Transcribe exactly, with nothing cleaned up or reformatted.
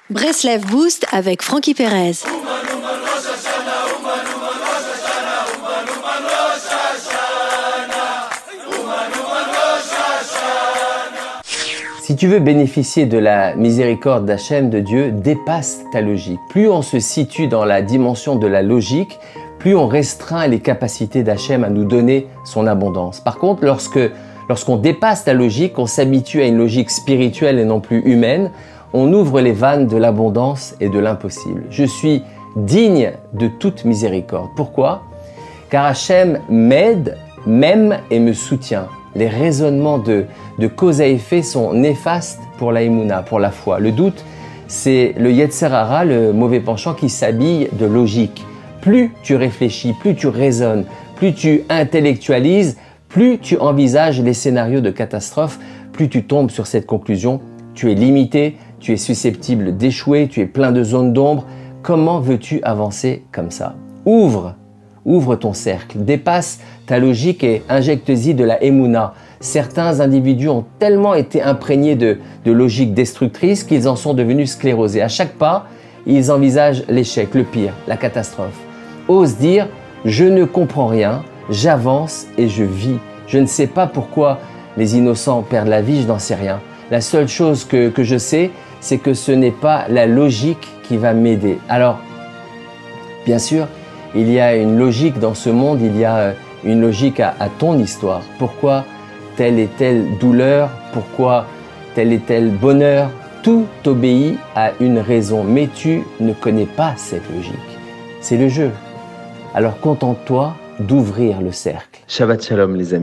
Breslev Boost avec Francky Perez. Si tu veux bénéficier de la miséricorde d'Hachem, de Dieu, dépasse ta logique. Plus on se situe dans la dimension de la logique, plus on restreint les capacités d'Hachem à nous donner son abondance. Par contre, lorsque, lorsqu'on dépasse la logique, on s'habitue à une logique spirituelle et non plus humaine, on ouvre les vannes de l'abondance et de l'impossible. Je suis digne de toute miséricorde. Pourquoi ? Car Hachem m'aide, m'aime et me soutient. Les raisonnements de, de cause à effet sont néfastes pour la Emouna, pour la foi. Le doute, c'est le Yetzer Hara, le mauvais penchant qui s'habille de logique. Plus tu réfléchis, plus tu raisonnes, plus tu intellectualises, plus tu envisages les scénarios de catastrophe, plus tu tombes sur cette conclusion. Tu es limité, tu es susceptible d'échouer, tu es plein de zones d'ombre. Comment veux-tu avancer comme ça ? Ouvre, ouvre ton cercle, dépasse ta logique et injecte-y de la Emouna. Certains individus ont tellement été imprégnés de, de logique destructrice qu'ils en sont devenus sclérosés. À chaque pas, ils envisagent l'échec, le pire, la catastrophe. Ose dire « je ne comprends rien, j'avance et je vis ». Je ne sais pas pourquoi les innocents perdent la vie, je n'en sais rien. La seule chose que, que je sais, c'est que ce n'est pas la logique qui va m'aider. Alors, bien sûr, il y a une logique dans ce monde, il y a une logique à, à ton histoire. Pourquoi telle et telle douleur, pourquoi tel et tel bonheur, tout obéit à une raison. Mais tu ne connais pas cette logique. C'est le jeu. Alors contente-toi d'ouvrir le cercle. Shabbat Shalom les amis.